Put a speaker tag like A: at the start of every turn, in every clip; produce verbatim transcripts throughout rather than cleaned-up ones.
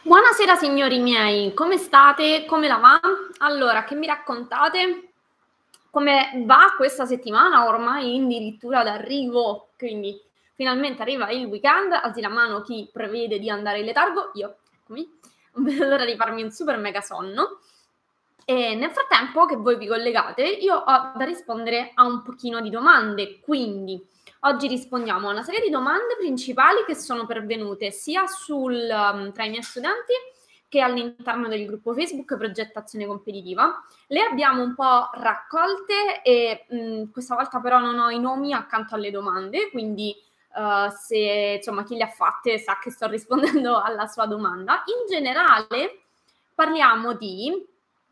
A: Buonasera signori miei, come state? Come la va? Allora, che mi raccontate? Come va questa settimana ormai addirittura d'arrivo? Quindi finalmente arriva il weekend, alzi la mano chi prevede di andare in letargo, io, eccomi, non vedo l'ora di farmi un super mega sonno. E nel frattempo che voi vi collegate, io ho da rispondere a un pochino di domande, quindi oggi rispondiamo a una serie di domande principali che sono pervenute sia sul, um, tra i miei studenti che all'interno del gruppo Facebook Progettazione Competitiva. Le abbiamo un po' raccolte e mh, questa volta però non ho i nomi accanto alle domande, quindi uh, se insomma chi le ha fatte sa che sto rispondendo alla sua domanda. In generale parliamo di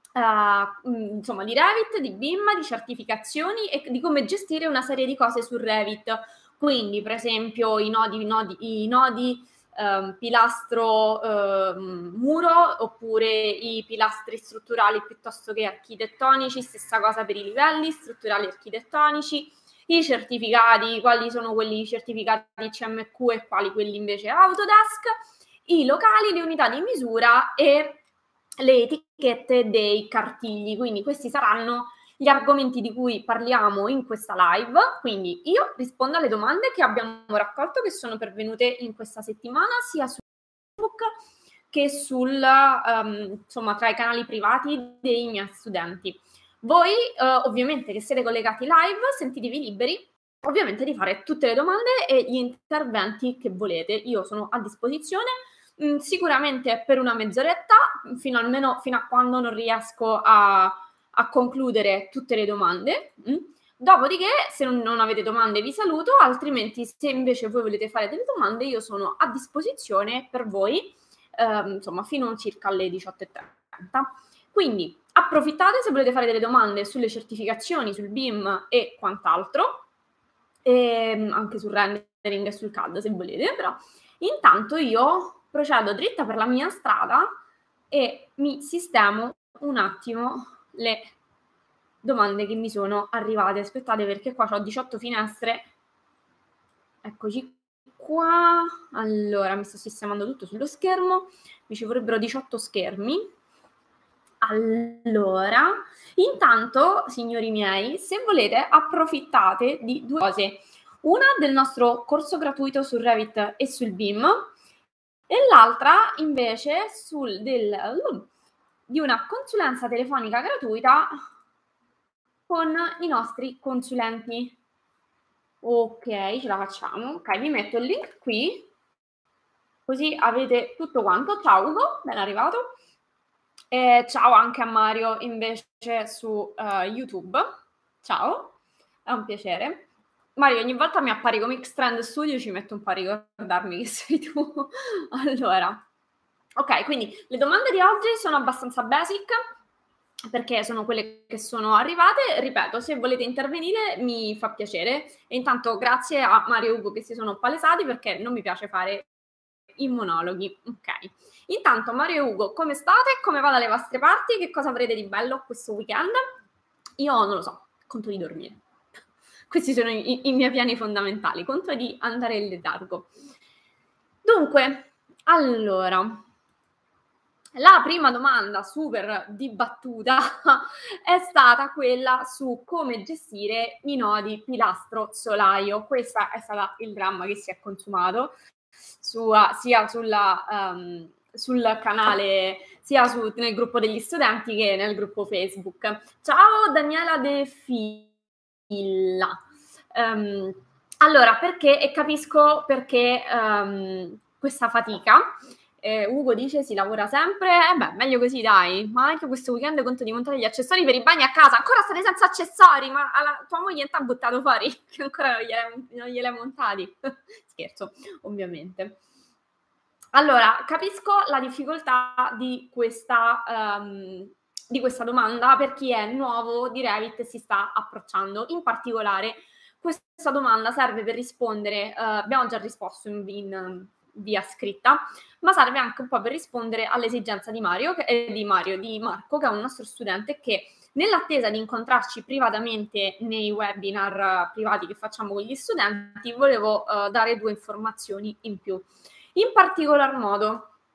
A: Uh, insomma di Revit, di B I M, di certificazioni e di come gestire una serie di cose su Revit, quindi per esempio i nodi, i nodi, i nodi um, pilastro um, muro oppure i pilastri strutturali piuttosto che architettonici, stessa cosa per i livelli strutturali architettonici, i certificati, quali sono quelli certificati C M Q e quali quelli invece Autodesk, i locali, le unità di misura e le etichette dei cartigli. Quindi questi saranno gli argomenti di cui parliamo in questa live. Quindi io rispondo alle domande che abbiamo raccolto, che sono pervenute in questa settimana, sia su Facebook che sul, um, insomma, tra i canali privati dei miei studenti. Voi, uh, ovviamente, che siete collegati live, sentitevi liberi, ovviamente, di fare tutte le domande e gli interventi che volete. Io sono a disposizione. Mm, sicuramente per una mezz'oretta, fino almeno fino a quando non riesco a, a concludere tutte le domande. Mm. Dopodiché, se non, non avete domande, vi saluto, altrimenti, se invece voi volete fare delle domande, io sono a disposizione per voi, ehm, insomma, fino circa alle diciotto e trenta. Quindi approfittate se volete fare delle domande sulle certificazioni, sul B I M e quant'altro, e anche sul rendering e sul C A D se volete, però intanto io procedo dritta per la mia strada e mi sistemo un attimo le domande che mi sono arrivate. Aspettate, perché qua ho diciotto finestre. Eccoci qua. Allora, mi sto sistemando tutto sullo schermo. Mi ci vorrebbero diciotto schermi. Allora, intanto, signori miei, se volete, approfittate di due cose. Una del nostro corso gratuito su Revit e sul B I M, e l'altra invece sul del, di una consulenza telefonica gratuita con i nostri consulenti. Ok, ce la facciamo. Ok, vi metto il link qui, così avete tutto quanto. Ciao Ugo, ben arrivato. E ciao anche a Mario invece su uh, YouTube. Ciao, è un piacere. Mario, ogni volta mi appari come X-Trend Studio, ci metto un po' a ricordarmi che sei tu. Allora, ok, quindi le domande di oggi sono abbastanza basic, perché sono quelle che sono arrivate. Ripeto, se volete intervenire mi fa piacere. E intanto grazie a Mario e Ugo che si sono palesati, perché non mi piace fare i monologhi. Ok. Intanto Mario e Ugo, come state? Come va dalle vostre parti? Che cosa avrete di bello questo weekend? Io non lo so, conto di dormire. Questi sono i, i miei piani fondamentali, conto di andare in letargo. Dunque, allora, la prima domanda super dibattuta è stata quella su come gestire i nodi pilastro solaio. Questo è stato il dramma che si è consumato su, sia sulla, um, sul canale, sia su, nel gruppo degli studenti che nel gruppo Facebook. Ciao Daniela De Filla. Um, allora, perché, e capisco perché um, questa fatica. Eh, Ugo dice si lavora sempre, eh beh, meglio così dai, ma anche questo weekend conto di montare gli accessori per i bagni a casa. Ancora state senza accessori, ma alla, tua moglie ti ha buttato fuori, che ancora non gliel'hai, non gliel'hai montati. Scherzo, ovviamente. Allora, capisco la difficoltà di questa, um, di questa domanda per chi è nuovo di Revit e si sta approcciando. In particolare, questa domanda serve per rispondere, uh, abbiamo già risposto in, in via scritta, ma serve anche un po' per rispondere all'esigenza di Mario, che, eh, di Mario, di Marco, che è un nostro studente che nell'attesa di incontrarci privatamente nei webinar uh, privati che facciamo con gli studenti, volevo uh, dare due informazioni in più. In particolar modo,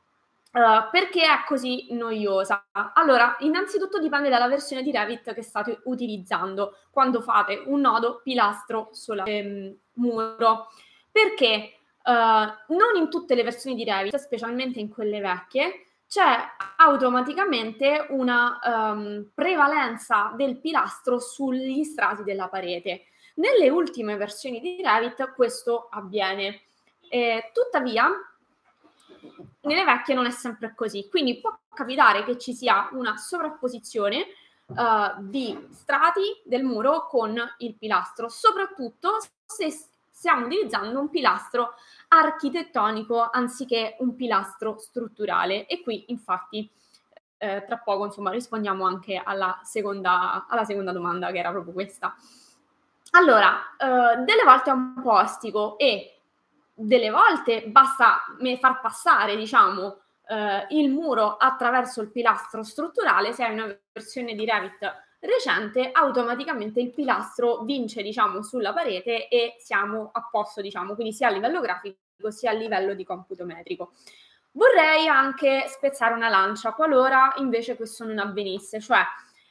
A: Uh, perché è così noiosa? Allora, innanzitutto dipende dalla versione di Revit che state utilizzando quando fate un nodo pilastro solare ehm, muro. Perché uh, non in tutte le versioni di Revit, specialmente in quelle vecchie, c'è automaticamente una um, prevalenza del pilastro sugli strati della parete. Nelle ultime versioni di Revit questo avviene. Eh, tuttavia, nelle vecchie non è sempre così, quindi può capitare che ci sia una sovrapposizione uh, di strati del muro con il pilastro, soprattutto se stiamo utilizzando un pilastro architettonico anziché un pilastro strutturale. E qui infatti eh, tra poco insomma rispondiamo anche alla seconda, alla seconda domanda, che era proprio questa. Allora, eh, delle volte è un po' ostico e delle volte basta far passare, diciamo, eh, il muro attraverso il pilastro strutturale. Se hai una versione di Revit recente, automaticamente il pilastro vince, diciamo, sulla parete e siamo a posto, diciamo, quindi sia a livello grafico sia a livello di computo metrico. Vorrei anche spezzare una lancia qualora invece questo non avvenisse, cioè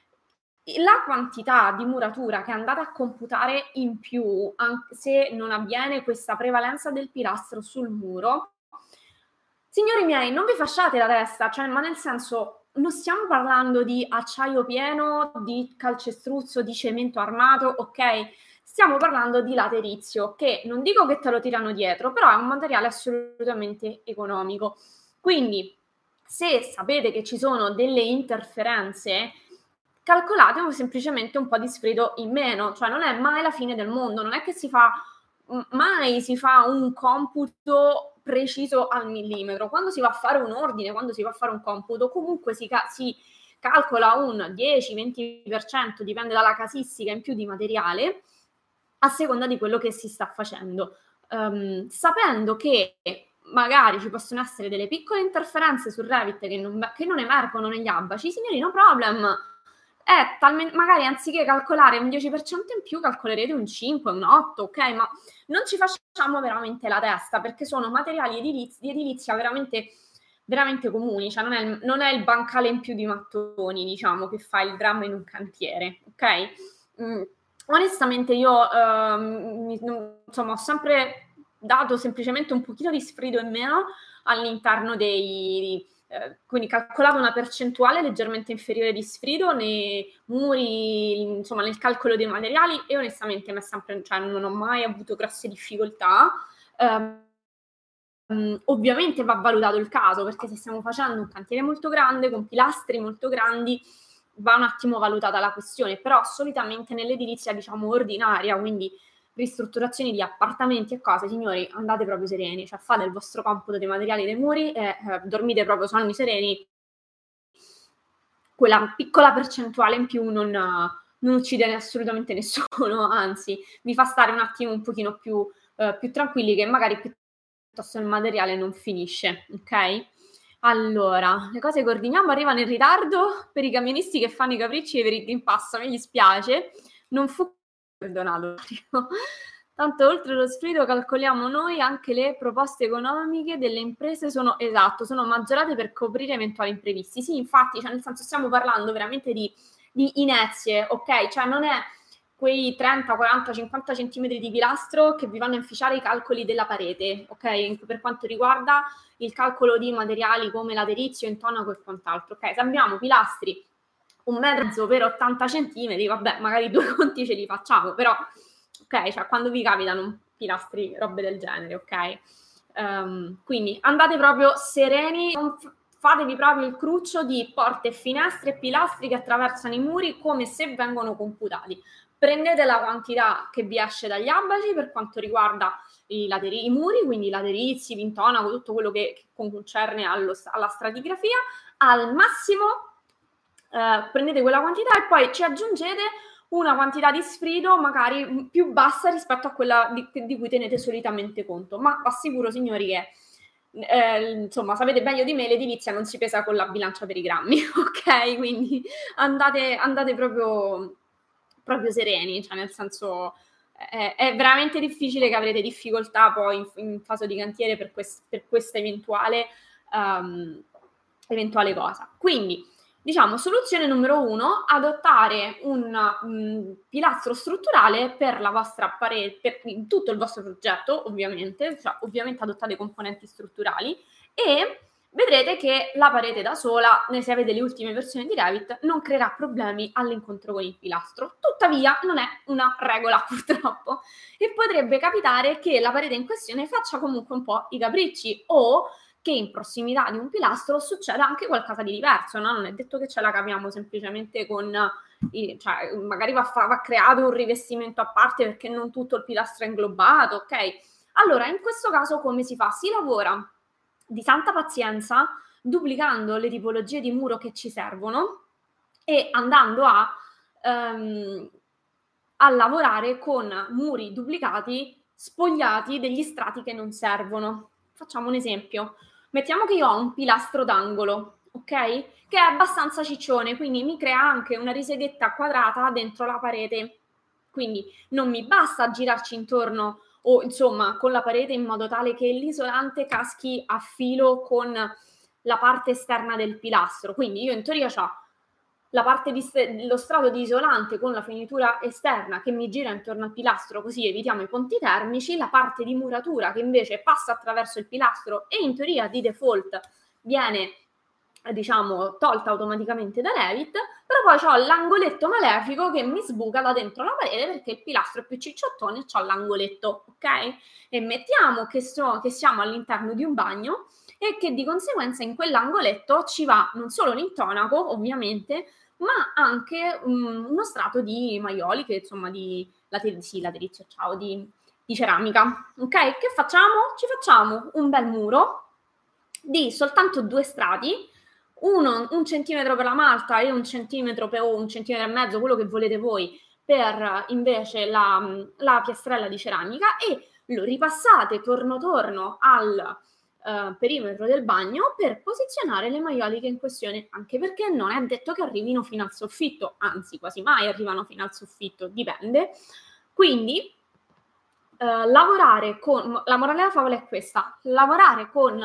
A: la quantità di muratura che andate a computare in più, anche se non avviene questa prevalenza del pilastro sul muro, signori miei, non vi fasciate la testa, cioè, ma nel senso, non stiamo parlando di acciaio pieno, di calcestruzzo, di cemento armato, ok? Stiamo parlando di laterizio, che non dico che te lo tirano dietro, però è un materiale assolutamente economico. Quindi, se sapete che ci sono delle interferenze, calcolate semplicemente un po' di sfrido in meno, cioè non è mai la fine del mondo, non è che si fa, mai si fa un computo preciso al millimetro. Quando si va a fare un ordine, quando si va a fare un computo, comunque si, ca- si calcola un dieci venti per cento, dipende dalla casistica in più di materiale, a seconda di quello che si sta facendo. Um, sapendo che magari ci possono essere delle piccole interferenze sul Revit che non, che non emergono negli abaci, signori, no problem. È talmente, magari anziché calcolare un dieci per cento in più, calcolerete un cinque, un otto, ok? Ma non ci facciamo veramente la testa, perché sono materiali edilizi, di edilizia veramente, veramente comuni, cioè non è, il, non è il bancale in più di mattoni, diciamo, che fa il dramma in un cantiere, ok? Mm. Onestamente io, ehm, mi, insomma, ho sempre dato semplicemente un pochino di sfrido in meno all'interno dei... Eh, quindi calcolato una percentuale leggermente inferiore di sfrido nei muri, insomma nel calcolo dei materiali, e onestamente mi è sempre, cioè, non ho mai avuto grosse difficoltà. Um, um, ovviamente va valutato il caso, perché se stiamo facendo un cantiere molto grande con pilastri molto grandi va un attimo valutata la questione, però solitamente nell'edilizia, diciamo, ordinaria, quindi ristrutturazioni di appartamenti e cose, signori, andate proprio sereni, cioè fate il vostro computo dei materiali dei muri e eh, dormite proprio sonni sereni. Quella piccola percentuale in più non, non uccide assolutamente nessuno, anzi vi fa stare un attimo un pochino più, eh, più tranquilli, che magari piuttosto il materiale non finisce, ok? Allora, le cose che ordiniamo arrivano in ritardo per i camionisti che fanno i capricci e per i green pass, mi dispiace, non fu perdonato. Tanto oltre lo sfrido calcoliamo noi, anche le proposte economiche delle imprese sono, esatto, sono maggiorate per coprire eventuali imprevisti. Sì, infatti, cioè nel senso stiamo parlando veramente di, di inezie, ok? Cioè non è quei trenta, quaranta, cinquanta centimetri di pilastro che vi vanno a inficiare i calcoli della parete, ok? Per quanto riguarda il calcolo di materiali come laterizio, intonaco e quant'altro, ok? Se abbiamo pilastri un mezzo per ottanta centimetri, vabbè, magari due conti ce li facciamo, però, ok, cioè quando vi capitano pilastri, robe del genere, ok? Um, quindi andate proprio sereni, non f- fatevi proprio il cruccio di porte, finestre e pilastri che attraversano i muri come se vengono computati. Prendete la quantità che vi esce dagli abaci per quanto riguarda i, lateri- i muri, quindi laterizi, l'intonaco, tutto quello che, che concerne allo, alla stratigrafia, al massimo eh, prendete quella quantità e poi ci aggiungete una quantità di sfrido magari più bassa rispetto a quella di, di cui tenete solitamente conto, ma assicuro signori che eh, insomma sapete meglio di me, l'edilizia non si pesa con la bilancia per i grammi, ok? Quindi andate, andate proprio, proprio sereni, cioè nel senso è, è veramente difficile che avrete difficoltà poi in, in fase di cantiere per, quest, per questa eventuale um, eventuale cosa. Quindi, diciamo, soluzione numero uno, adottare un mh, pilastro strutturale per la vostra parete, per tutto il vostro progetto, ovviamente, cioè ovviamente adottate componenti strutturali e vedrete che la parete da sola, se avete le ultime versioni di Revit, non creerà problemi all'incontro con il pilastro. Tuttavia non è una regola, purtroppo, e potrebbe capitare che la parete in questione faccia comunque un po' i capricci o che in prossimità di un pilastro succeda anche qualcosa di diverso, no? Non è detto che ce la caviamo semplicemente con, i, cioè magari va, fa, va creato un rivestimento a parte perché non tutto il pilastro è inglobato, ok? Allora, in questo caso come si fa? Si lavora di santa pazienza, duplicando le tipologie di muro che ci servono e andando a, um, a lavorare con muri duplicati spogliati degli strati che non servono. Facciamo un esempio. Mettiamo che io ho un pilastro d'angolo, ok? Che è abbastanza ciccione, quindi mi crea anche una riseghetta quadrata dentro la parete. Quindi non mi basta girarci intorno o insomma con la parete in modo tale che l'isolante caschi a filo con la parte esterna del pilastro. Quindi io in teoria ho la parte di st- lo strato di isolante con la finitura esterna che mi gira intorno al pilastro, così evitiamo i ponti termici, la parte di muratura che invece passa attraverso il pilastro e in teoria di default viene diciamo tolta automaticamente da Revit, però poi ho l'angoletto malefico che mi sbuca da dentro la parete perché il pilastro è più cicciottone e c'ho l'angoletto, ok? E mettiamo che, so, che siamo all'interno di un bagno e che di conseguenza in quell'angoletto ci va non solo l'intonaco, ovviamente, ma anche um, uno strato di maioliche, insomma di later- sì, laterizio, ciao, di, di ceramica, ok? Che facciamo? Ci facciamo un bel muro di soltanto due strati, uno un centimetro per la malta e un centimetro per, o un centimetro e mezzo, quello che volete voi, per invece la, la piastrella di ceramica e lo ripassate torno torno al uh, perimetro del bagno per posizionare le maioliche in questione, anche perché non è detto che arrivino fino al soffitto, anzi quasi mai arrivano fino al soffitto, dipende. Quindi uh, lavorare con, la morale della favola è questa, lavorare con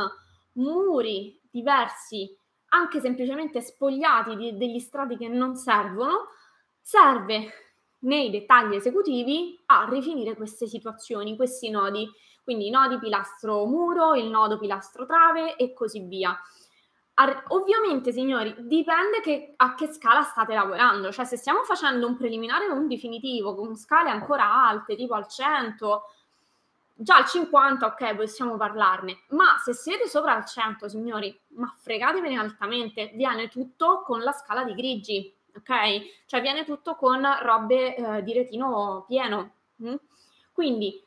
A: muri diversi, anche semplicemente spogliati di, degli strati che non servono, serve nei dettagli esecutivi a rifinire queste situazioni, questi nodi, quindi i nodi pilastro muro, il nodo pilastro trave e così via. Ar- ovviamente, signori, dipende che, a che scala state lavorando, cioè se stiamo facendo un preliminare o un definitivo con scale ancora alte, tipo al cento, già al cinquanta, ok, possiamo parlarne, ma se siete sopra al cento, signori, ma fregatevene altamente, viene tutto con la scala di grigi, ok? Cioè viene tutto con robe eh, di retino pieno. Hm? Quindi,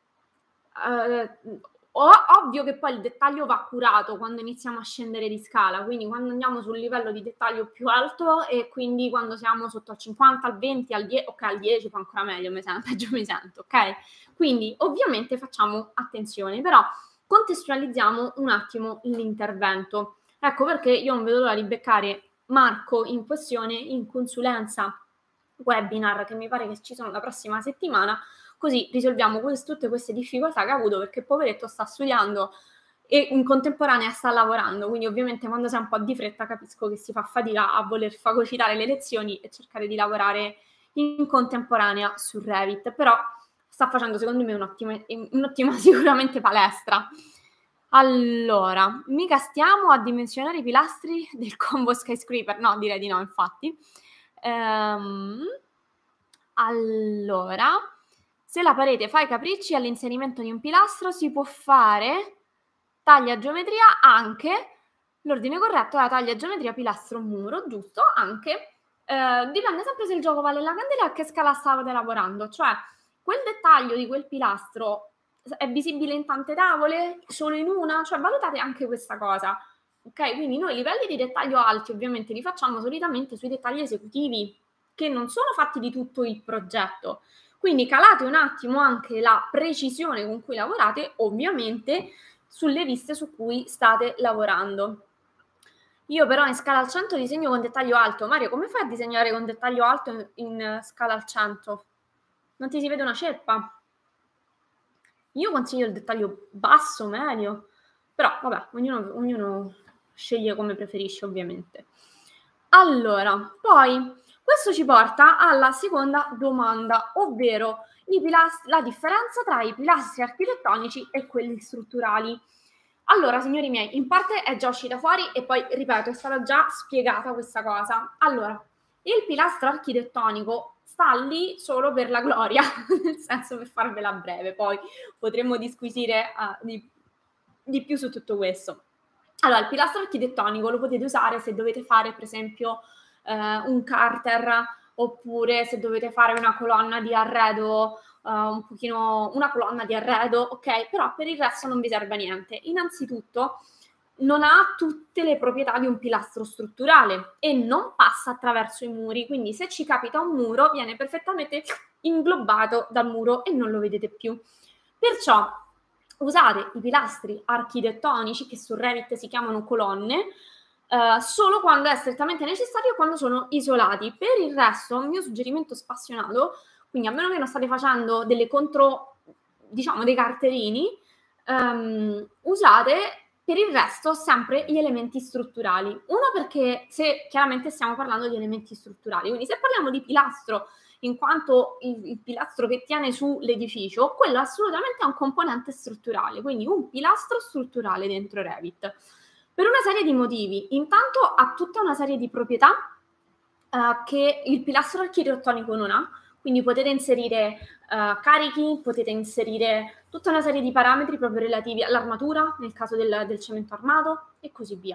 A: eh, ovvio che poi il dettaglio va curato quando iniziamo a scendere di scala, quindi quando andiamo sul livello di dettaglio più alto e quindi quando siamo sotto al cinquanta, al venti, al dieci, ok, al dieci fa ancora meglio, mi sento, peggio mi sento, ok? Quindi ovviamente facciamo attenzione, però contestualizziamo un attimo l'intervento. Ecco perché io non vedo l'ora di beccare Marco in questione in consulenza webinar che mi pare che ci sono la prossima settimana, così risolviamo queste, tutte queste difficoltà che ha avuto perché poveretto sta studiando e in contemporanea sta lavorando, quindi ovviamente quando sei un po' di fretta capisco che si fa fatica a voler fagocitare le lezioni e cercare di lavorare in contemporanea su Revit, però sta facendo secondo me un'ottima, un'ottima sicuramente palestra. Allora, mica stiamo a dimensionare i pilastri del combo skyscraper? No, direi di no, infatti. Ehm, allora, se la parete fa i capricci all'inserimento di un pilastro, si può fare taglia geometria anche, l'ordine corretto è la taglia geometria pilastro muro, giusto? Anche, eh, dipende sempre se il gioco vale la candela e a che scala state lavorando, cioè quel dettaglio di quel pilastro è visibile in tante tavole, solo in una, cioè valutate anche questa cosa, ok? Quindi noi livelli di dettaglio alti ovviamente li facciamo solitamente sui dettagli esecutivi, che non sono fatti di tutto il progetto, quindi calate un attimo anche la precisione con cui lavorate, ovviamente sulle viste su cui state lavorando. Io però in scala al cento disegno con dettaglio alto. Mario, come fai a disegnare con dettaglio alto in, in scala al cento? Non ti si vede una ceppa? Io consiglio il dettaglio basso, medio, però vabbè, ognuno, ognuno sceglie come preferisci ovviamente. Allora, poi questo ci porta alla seconda domanda, ovvero i pilastri, la differenza tra i pilastri architettonici e quelli strutturali. Allora, signori miei, in parte è già uscita fuori e poi, ripeto, è stata già spiegata questa cosa. Allora, il pilastro architettonico sta lì solo per la gloria, nel senso, per farvela breve, poi potremmo disquisire uh, di, di più su tutto questo. Allora, il pilastro architettonico lo potete usare se dovete fare, per esempio, eh, un carter, oppure se dovete fare una colonna di arredo, uh, un pochino, una colonna di arredo, ok? Però per il resto non vi serve a niente. Innanzitutto, non ha tutte le proprietà di un pilastro strutturale e non passa attraverso i muri, quindi se ci capita un muro viene perfettamente inglobato dal muro e non lo vedete più. Perciò usate i pilastri architettonici, che su Revit si chiamano colonne, eh, solo quando è strettamente necessario e quando sono isolati. Per il resto, il mio suggerimento spassionato, quindi a meno che non state facendo delle contro, diciamo, dei carterini, ehm, usate per il resto sempre gli elementi strutturali. Uno, perché se chiaramente stiamo parlando di elementi strutturali, quindi se parliamo di pilastro in quanto il, il pilastro che tiene su l'edificio, quello assolutamente è un componente strutturale, quindi un pilastro strutturale dentro Revit. Per una serie di motivi. Intanto ha tutta una serie di proprietà eh, che il pilastro architettonico non ha, quindi potete inserire uh, carichi, potete inserire tutta una serie di parametri proprio relativi all'armatura, nel caso del, del cemento armato e così via.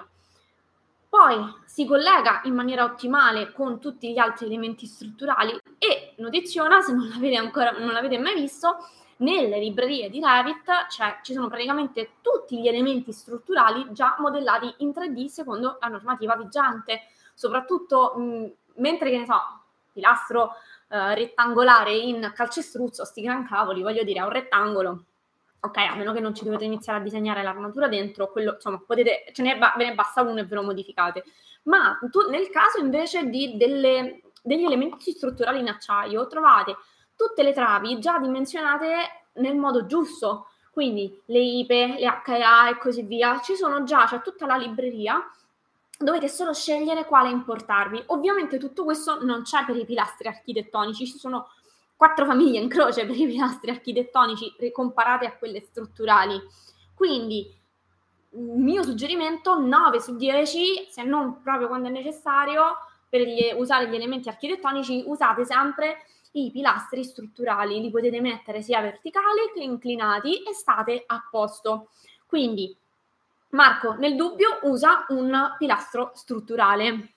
A: Poi si collega in maniera ottimale con tutti gli altri elementi strutturali e, notiziona, se non l'avete ancora, non l'avete mai visto, nelle librerie di Revit cioè, ci sono praticamente tutti gli elementi strutturali già modellati in tre D secondo la normativa vigente, soprattutto mh, mentre, che ne so, pilastro eh, rettangolare in calcestruzzo, sti gran cavoli, voglio dire, è un rettangolo. Ok, a meno che non ci dovete iniziare a disegnare l'armatura dentro, quello, insomma, potete, ce ne, ve ne basta uno e ve lo modificate. Ma tu, nel caso invece di delle, degli elementi strutturali in acciaio, trovate tutte le travi già dimensionate nel modo giusto, quindi le I P E, le H E A e così via, ci sono già, c'è tutta la libreria, dovete solo scegliere quale importarvi. Ovviamente tutto questo non c'è per i pilastri architettonici, ci sono quattro famiglie in croce per i pilastri architettonici comparate a quelle strutturali. Quindi il mio suggerimento nove su dieci, se non proprio quando è necessario, per gli, usare gli elementi architettonici, usate sempre i pilastri strutturali, li potete mettere sia verticali che inclinati e state a posto. Quindi Marco, nel dubbio, usa un pilastro strutturale.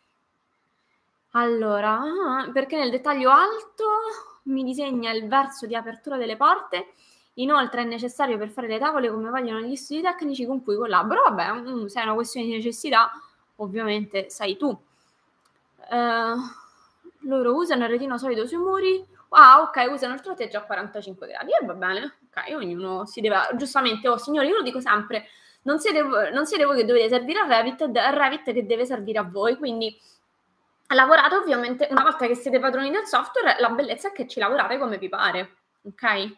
A: Allora, perché nel dettaglio alto mi disegna il verso di apertura delle porte, inoltre è necessario per fare le tavole come vogliono gli studi tecnici con cui collaboro. Vabbè, se è una questione di necessità, ovviamente sai tu. Uh, loro usano il retino solido sui muri. Ah, ok, usano il tratteggio a quarantacinque gradi e va bene, ok, ognuno si deve, giustamente, oh signori, io lo dico sempre, non siete, non siete voi che dovete servire a Revit, è Revit che deve servire a voi, quindi lavorate ovviamente, una volta che siete padroni del software, la bellezza è che ci lavorate come vi pare, ok?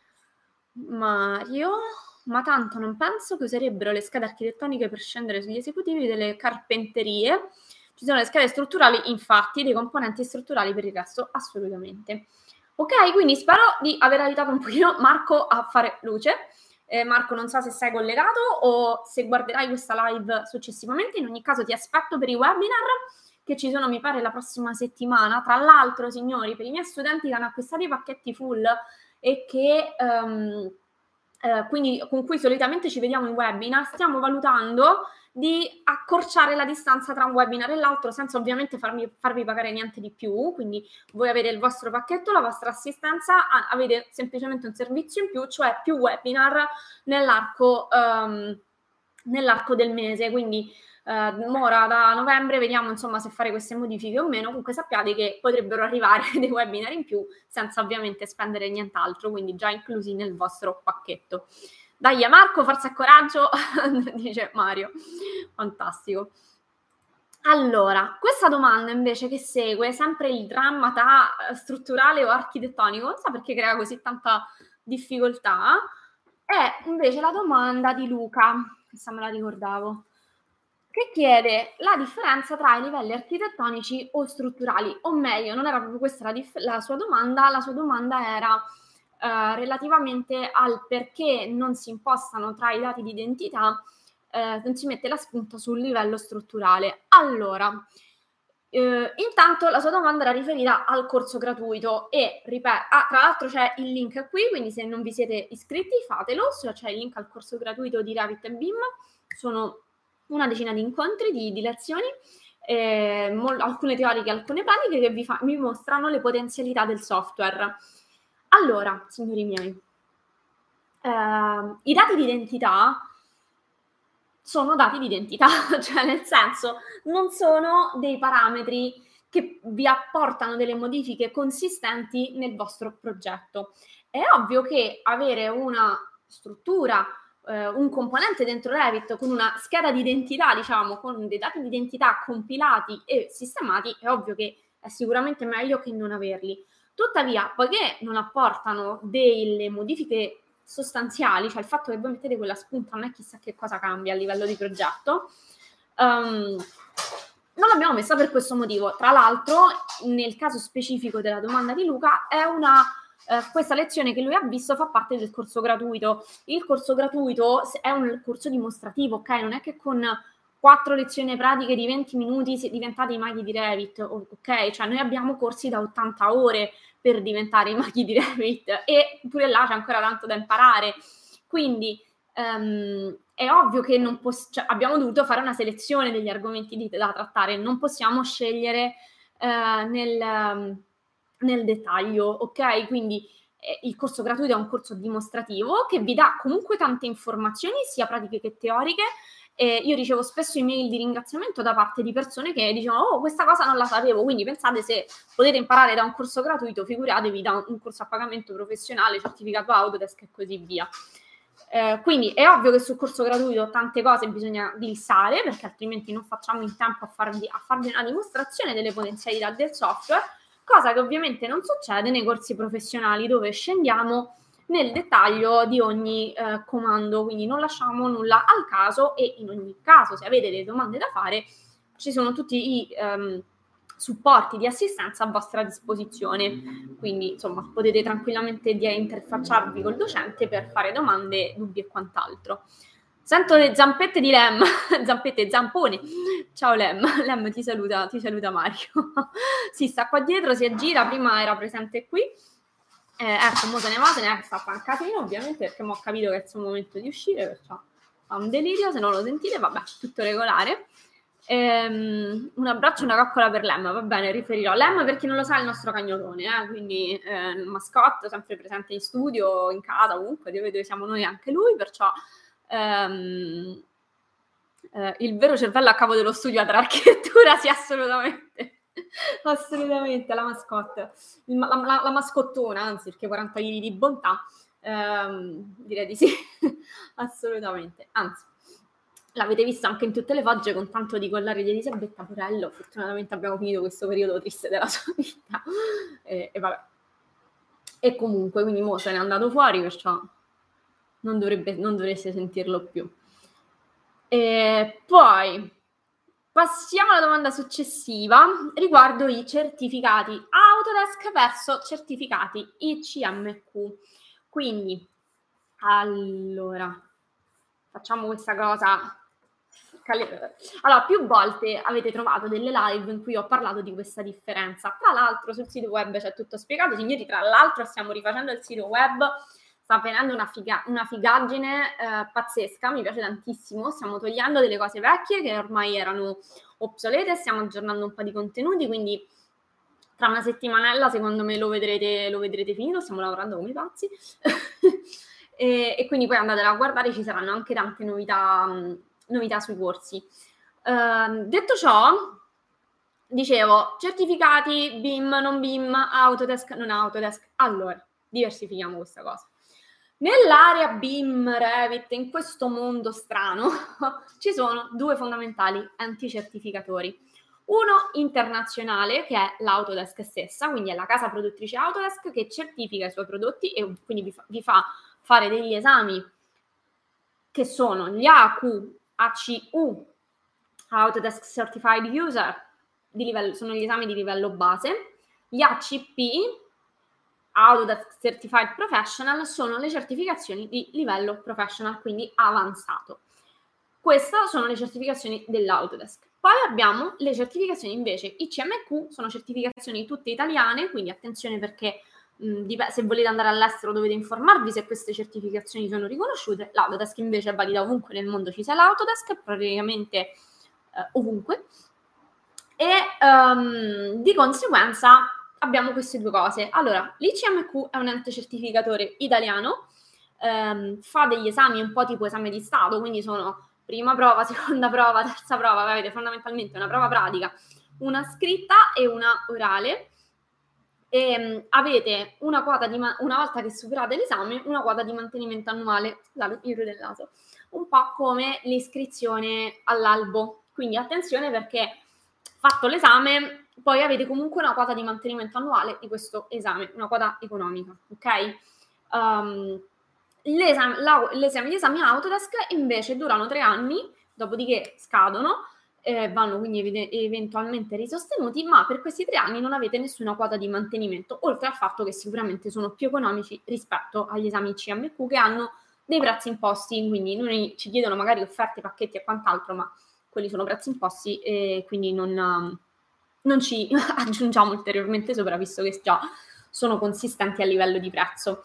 A: Mario, ma tanto non penso che userebbero le schede architettoniche per scendere sugli esecutivi delle carpenterie. Ci sono le schede strutturali, infatti, dei componenti strutturali per il resto, assolutamente. Ok, quindi spero di aver aiutato un pochino Marco a fare luce. Eh, Marco, non so se sei collegato o se guarderai questa live successivamente. In ogni caso ti aspetto per i webinar che ci sono, mi pare, la prossima settimana. Tra l'altro, signori, per i miei studenti che hanno acquistato i pacchetti full e che um, eh, quindi con cui solitamente ci vediamo in webinar, stiamo valutando di accorciare la distanza tra un webinar e l'altro senza ovviamente farmi, farvi pagare niente di più, quindi voi avete il vostro pacchetto, la vostra assistenza, avete semplicemente un servizio in più, cioè più webinar nell'arco, um, nell'arco del mese, quindi uh, ora da novembre vediamo insomma se fare queste modifiche o meno. Comunque sappiate che potrebbero arrivare dei webinar in più senza ovviamente spendere nient'altro, quindi già inclusi nel vostro pacchetto. Dai Marco, forza e coraggio, dice Mario. Fantastico. Allora, questa domanda invece che segue, sempre il dramma tra strutturale o architettonico, non so perché crea così tanta difficoltà, è invece la domanda di Luca, questa me la ricordavo. che chiede la differenza tra i livelli architettonici o strutturali, o meglio, non era proprio questa la, dif- la sua domanda, la sua domanda era eh, relativamente al perché non si impostano tra i dati di identità, eh, non si mette la spunta sul livello strutturale. Allora, eh, intanto la sua domanda era riferita al corso gratuito e, ripeto, ah, tra l'altro c'è il link qui, quindi se non vi siete iscritti fatelo, c'è il link al corso gratuito di Revit e B I M, sono una decina di incontri, di, di lezioni, eh, mol- alcune teoriche, alcune pratiche che vi, fa- vi mostrano le potenzialità del software. Allora, signori miei, eh, i dati di identità sono dati di identità, cioè nel senso non sono dei parametri che vi apportano delle modifiche consistenti nel vostro progetto. È ovvio che avere una struttura, eh, un componente dentro Revit con una scheda di identità, diciamo, con dei dati di identità compilati e sistemati, è ovvio che è sicuramente meglio che non averli. Tuttavia, poiché non apportano delle modifiche sostanziali, cioè il fatto che voi mettete quella spunta non è chissà che cosa cambia a livello di progetto, um, non l'abbiamo messa per questo motivo. Tra l'altro, nel caso specifico della domanda di Luca, è una eh, questa lezione che lui ha visto fa parte del corso gratuito. Il corso gratuito è un corso dimostrativo, ok? Non è che con quattro lezioni pratiche di venti minuti siete diventati i maghi di Revit, ok? Cioè noi abbiamo corsi da ottanta ore per diventare i maghi di Revit e pure là c'è ancora tanto da imparare. Quindi um, è ovvio che non poss- cioè, abbiamo dovuto fare una selezione degli argomenti di- da trattare, non possiamo scegliere uh, nel, um, nel dettaglio, ok? Quindi eh, il corso gratuito è un corso dimostrativo che vi dà comunque tante informazioni, sia pratiche che teoriche. E io ricevo spesso email di ringraziamento da parte di persone che dicono oh questa cosa non la sapevo, quindi pensate se potete imparare da un corso gratuito, figuratevi da un, un corso a pagamento professionale, certificato Autodesk e così via. Eh, quindi è ovvio che sul corso gratuito tante cose bisogna glissare perché altrimenti non facciamo in tempo a farvi, a farvi una dimostrazione delle potenzialità del software, cosa che ovviamente non succede nei corsi professionali dove scendiamo nel dettaglio di ogni eh, comando, quindi non lasciamo nulla al caso e in ogni caso se avete delle domande da fare ci sono tutti i ehm, supporti di assistenza a vostra disposizione, quindi insomma potete tranquillamente interfacciarvi col docente per fare domande, dubbi e quant'altro. Sento le zampette di Lem, zampette, zampone. Ciao Lem, Lem ti saluta, ti saluta Mario. Si sta qua dietro, si aggira, prima era presente qui. Eh, ecco, mo se ne va, se ne sta a fare un casino, ovviamente, perché mo ho capito che è il suo momento di uscire, perciò fa un delirio, se non lo sentite, vabbè, tutto regolare. Ehm, un abbraccio e una coccola per Lem, va bene, riferirò. Lem, per chi non lo sa, è il nostro cagnolone, eh, quindi eh, il mascotte, sempre presente in studio, in casa, ovunque, dove siamo noi anche lui, perciò ehm, eh, il vero cervello a capo dello studio ad architettura, sì, assolutamente. Assolutamente, la mascotte, il, la, la, la mascottona, anzi, perché quaranta chili di bontà, ehm, direi di sì, assolutamente. Anzi, l'avete visto anche in tutte le fogge con tanto di collare di Elisabetta Porello. Fortunatamente abbiamo finito questo periodo triste della sua vita. E, e vabbè. E comunque, quindi mo se n'è andato fuori, perciò non, dovrebbe, non dovreste sentirlo più. E poi passiamo alla domanda successiva riguardo i certificati Autodesk verso certificati I C M Q. Quindi, allora, facciamo questa cosa. Allora, più volte avete trovato delle live in cui ho parlato di questa differenza. Tra l'altro sul sito web c'è tutto spiegato. Signori, tra l'altro stiamo rifacendo il sito web, sta avvenendo una, figa, una figaggine eh, pazzesca, mi piace tantissimo. Stiamo togliendo delle cose vecchie che ormai erano obsolete, stiamo aggiornando un po' di contenuti, quindi tra una settimanella secondo me lo vedrete, lo vedrete finito, stiamo lavorando come pazzi. e, e quindi poi andatela a guardare, ci saranno anche tante novità, novità sui corsi. Uh, detto ciò, dicevo, certificati, B I M, non B I M, Autodesk, non Autodesk. Allora, diversifichiamo questa cosa. Nell'area B I M, Revit, in questo mondo strano, ci sono due fondamentali anticertificatori. Uno internazionale, che è l'Autodesk stessa, quindi è la casa produttrice Autodesk che certifica i suoi prodotti e quindi vi fa, vi fa fare degli esami che sono gli A Q, A C U, Autodesk Certified User, di livello, sono gli esami di livello base. Gli A C P, Autodesk Certified Professional, sono le certificazioni di livello professional, quindi avanzato. Queste sono le certificazioni dell'Autodesk. Poi abbiamo le certificazioni invece I C M Q, sono certificazioni tutte italiane, quindi attenzione perché mh, se volete andare all'estero dovete informarvi se queste certificazioni sono riconosciute. L'Autodesk invece è valida ovunque nel mondo ci sia l'Autodesk, praticamente eh, ovunque. E um, di conseguenza abbiamo queste due cose. Allora, l'I C M Q è un ente certificatore italiano, ehm, fa degli esami un po' tipo esame di Stato, quindi sono prima prova, seconda prova, terza prova, avete fondamentalmente una prova pratica, una scritta e una orale, e um, avete una quota di, ma- una volta che superate l'esame, una quota di mantenimento annuale, scusate, il ruido del naso, un po' come l'iscrizione all'albo, quindi attenzione perché fatto l'esame, poi avete comunque una quota di mantenimento annuale di questo esame, una quota economica, ok? Um, l'esame, la, l'esame, gli esami Autodesk invece durano tre anni, dopodiché scadono, eh, vanno quindi ev- eventualmente risostenuti, ma per questi tre anni non avete nessuna quota di mantenimento, oltre al fatto che sicuramente sono più economici rispetto agli esami C M Q che hanno dei prezzi imposti, quindi noi ci chiedono magari offerte, pacchetti e quant'altro, ma quelli sono prezzi imposti e quindi non, non ci aggiungiamo ulteriormente sopra, visto che già sono consistenti a livello di prezzo.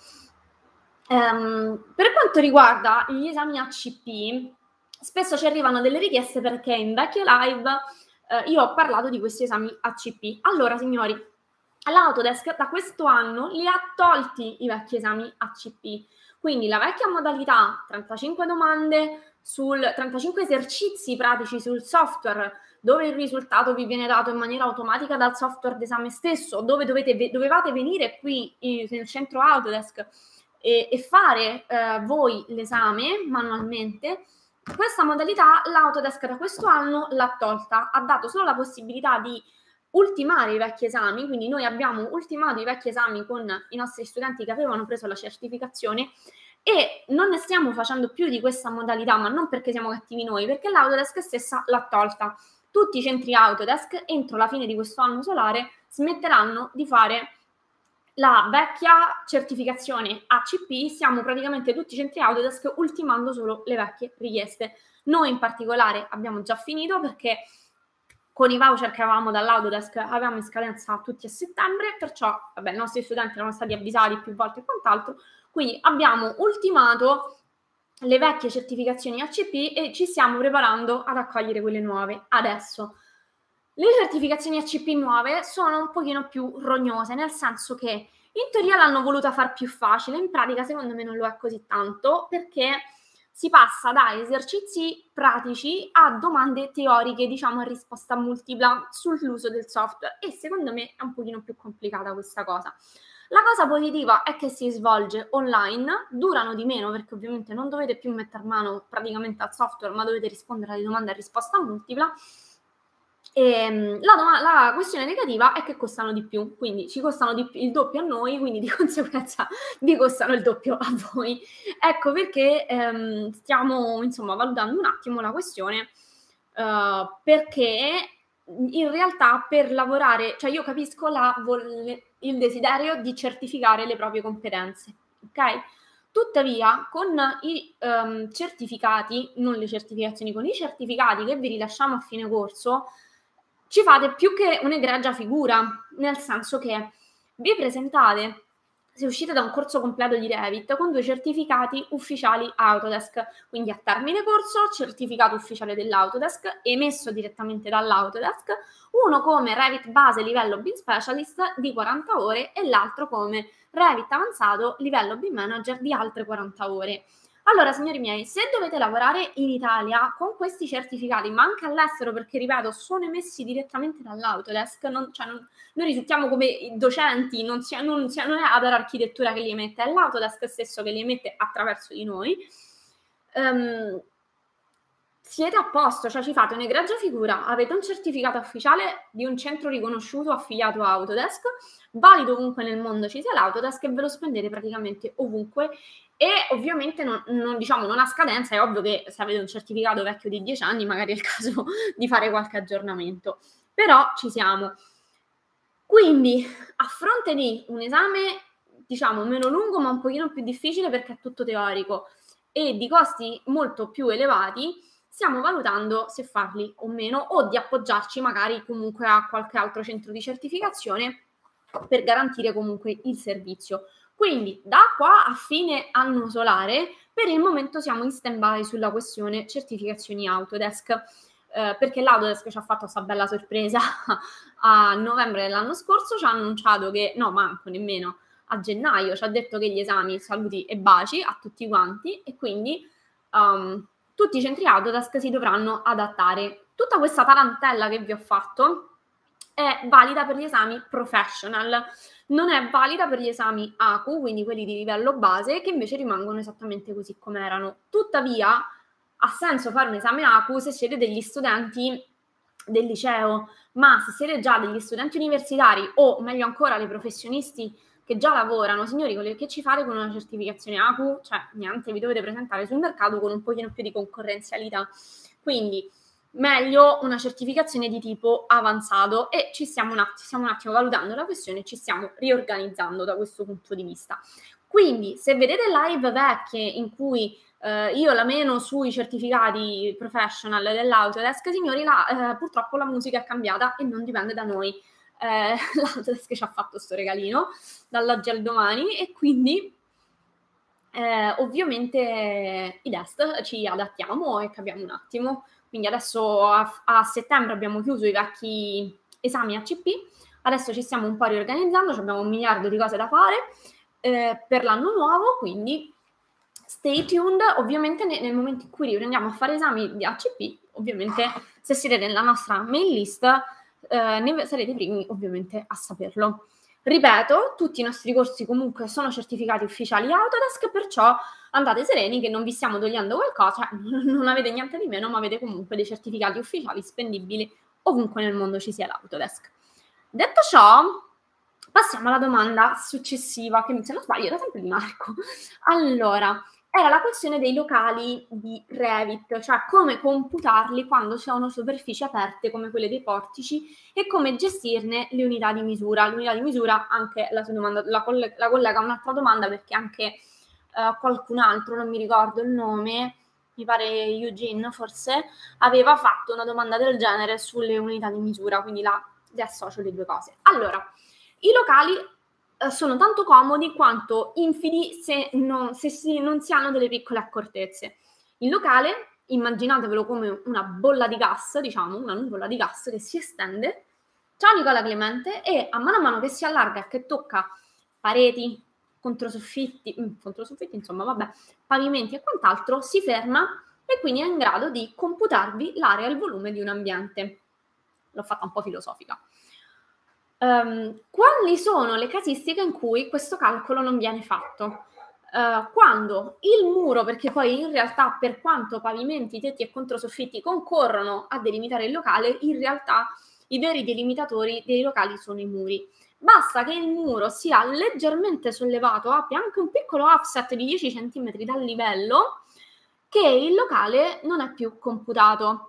A: Um, per quanto riguarda gli esami A C P, spesso ci arrivano delle richieste perché in vecchio live eh, io ho parlato di questi esami A C P. Allora, signori, l'Autodesk da questo anno li ha tolti i vecchi esami A C P. Quindi la vecchia modalità, trentacinque domande, sul trentacinque esercizi pratici sul software, dove il risultato vi viene dato in maniera automatica dal software d'esame stesso, dove dovete, dovevate venire qui in, nel centro Autodesk e, e fare eh, voi l'esame manualmente. Questa modalità l'Autodesk da questo anno l'ha tolta, ha dato solo la possibilità di ultimare i vecchi esami, quindi noi abbiamo ultimato i vecchi esami con i nostri studenti che avevano preso la certificazione e non ne stiamo facendo più di questa modalità, ma non perché siamo cattivi noi, perché l'Autodesk stessa l'ha tolta. Tutti i centri Autodesk entro la fine di questo anno solare smetteranno di fare la vecchia certificazione A C P, siamo praticamente tutti i centri Autodesk ultimando solo le vecchie richieste. Noi in particolare abbiamo già finito perché con i voucher che avevamo dall'Autodesk avevamo in scadenza tutti a settembre, perciò vabbè, i nostri studenti erano stati avvisati più volte e quant'altro, quindi abbiamo ultimato le vecchie certificazioni A C P e ci stiamo preparando ad accogliere quelle nuove adesso. Le certificazioni A C P nuove sono un pochino più rognose, nel senso che in teoria l'hanno voluta far più facile, in pratica secondo me non lo è così tanto, perché si passa da esercizi pratici a domande teoriche, diciamo a risposta multipla sull'uso del software, e secondo me è un pochino più complicata questa cosa. La cosa positiva è che si svolge online, durano di meno perché ovviamente non dovete più mettere mano praticamente al software, ma dovete rispondere alle domande a risposta multipla. E la, dom- la questione negativa è che costano di più, quindi ci costano di più, il doppio a noi, quindi di conseguenza vi costano il doppio a voi. Ecco perché ehm, stiamo insomma valutando un attimo la questione, uh, perché in realtà per lavorare, cioè io capisco la, il desiderio di certificare le proprie competenze, ok? Tuttavia, con i um, certificati, non le certificazioni, con i certificati che vi rilasciamo a fine corso, ci fate più che un'egregia figura, nel senso che vi presentate, se uscite da un corso completo di Revit, con due certificati ufficiali Autodesk, quindi a termine corso, certificato ufficiale dell'Autodesk, emesso direttamente dall'Autodesk, uno come Revit base livello B I M Specialist di quaranta ore e l'altro come Revit avanzato livello B I M Manager di altre quaranta ore. Allora, signori miei, se dovete lavorare in Italia con questi certificati, ma anche all'estero, perché ripeto, sono emessi direttamente dall'Autodesk, non, cioè non, noi risultiamo come docenti, non, sia, non, sia, non è Adar Architettura che li emette, è l'Autodesk stesso che li emette attraverso di noi. Um, siete a posto, cioè ci fate un'egregia figura, avete un certificato ufficiale di un centro riconosciuto affiliato a Autodesk, valido ovunque nel mondo ci sia l'Autodesk e ve lo spendete praticamente ovunque e ovviamente non, non, diciamo, non ha scadenza, è ovvio che se avete un certificato vecchio di dieci anni magari è il caso di fare qualche aggiornamento, però ci siamo. Quindi a fronte di un esame diciamo meno lungo ma un pochino più difficile perché è tutto teorico e di costi molto più elevati, stiamo valutando se farli o meno o di appoggiarci magari comunque a qualche altro centro di certificazione per garantire comunque il servizio. Quindi da qua a fine anno solare per il momento siamo in stand-by sulla questione certificazioni Autodesk, eh, perché l'Autodesk ci ha fatto questa bella sorpresa a novembre dell'anno scorso, ci ha annunciato che, no manco nemmeno, a gennaio ci ha detto che gli esami saluti e baci a tutti quanti e quindi um, tutti i centri Autodesk si dovranno adattare. Tutta questa tarantella che vi ho fatto è valida per gli esami professional, non è valida per gli esami A Q U, quindi quelli di livello base, che invece rimangono esattamente così come erano. Tuttavia ha senso fare un esame A Q U se siete degli studenti del liceo, ma se siete già degli studenti universitari o meglio ancora dei professionisti che già lavorano, signori, che ci fate con una certificazione A Q U? Cioè, niente, vi dovete presentare sul mercato con un pochino più di concorrenzialità. Quindi, meglio una certificazione di tipo avanzato e ci stiamo un, attimo, stiamo un attimo valutando la questione e ci stiamo riorganizzando da questo punto di vista. Quindi, se vedete live vecchie in cui eh, io la meno sui certificati professional dell'Autodesk, signori, la, eh, purtroppo la musica è cambiata e non dipende da noi. Eh, l'Autodesk ci ha fatto sto regalino dall'oggi al domani e quindi eh, ovviamente i test ci adattiamo e capiamo un attimo. Quindi adesso a, a settembre abbiamo chiuso i vecchi esami A C P, adesso ci stiamo un po' riorganizzando, abbiamo un miliardo di cose da fare eh, per l'anno nuovo, quindi stay tuned. Ovviamente nel, nel momento in cui riprendiamo a fare esami di A C P, ovviamente se siete nella nostra mail list eh, ne sarete i primi ovviamente a saperlo. Ripeto, tutti i nostri corsi comunque sono certificati ufficiali Autodesk, perciò andate sereni che non vi stiamo togliendo qualcosa, non avete niente di meno, ma avete comunque dei certificati ufficiali spendibili ovunque nel mondo ci sia l'Autodesk. Detto ciò, passiamo alla domanda successiva, che se non sbaglio era sempre di Marco. Allora, era la questione dei locali di Revit, cioè come computarli quando sono superfici aperte come quelle dei portici e come gestirne le unità di misura. L'unità di misura, anche la sua domanda, la, coll- la collega un'altra domanda perché anche uh, qualcun altro, non mi ricordo il nome, mi pare Eugene forse, aveva fatto una domanda del genere sulle unità di misura, quindi la le associo le due cose. Allora, i locali eh, sono tanto comodi quanto infidi se, non, se si, non si hanno delle piccole accortezze. Il locale, immaginatevelo come una bolla di gas, diciamo, una nuvola di gas che si estende. Ciao Nicola Clemente, e a mano a mano che si allarga e che tocca pareti, controsoffitti, mh, controsoffitti, insomma, vabbè, pavimenti e quant'altro, si ferma e quindi è in grado di computarvi l'area e il volume di un ambiente. L'ho fatta un po' filosofica. Um, quali sono le casistiche in cui questo calcolo non viene fatto? Uh, quando il muro, perché poi in realtà per quanto pavimenti, tetti e controsoffitti concorrono a delimitare il locale, in realtà i veri delimitatori dei locali sono i muri. Basta che il muro sia leggermente sollevato, abbia anche un piccolo offset di dieci centimetri dal livello, che il locale non è più computato.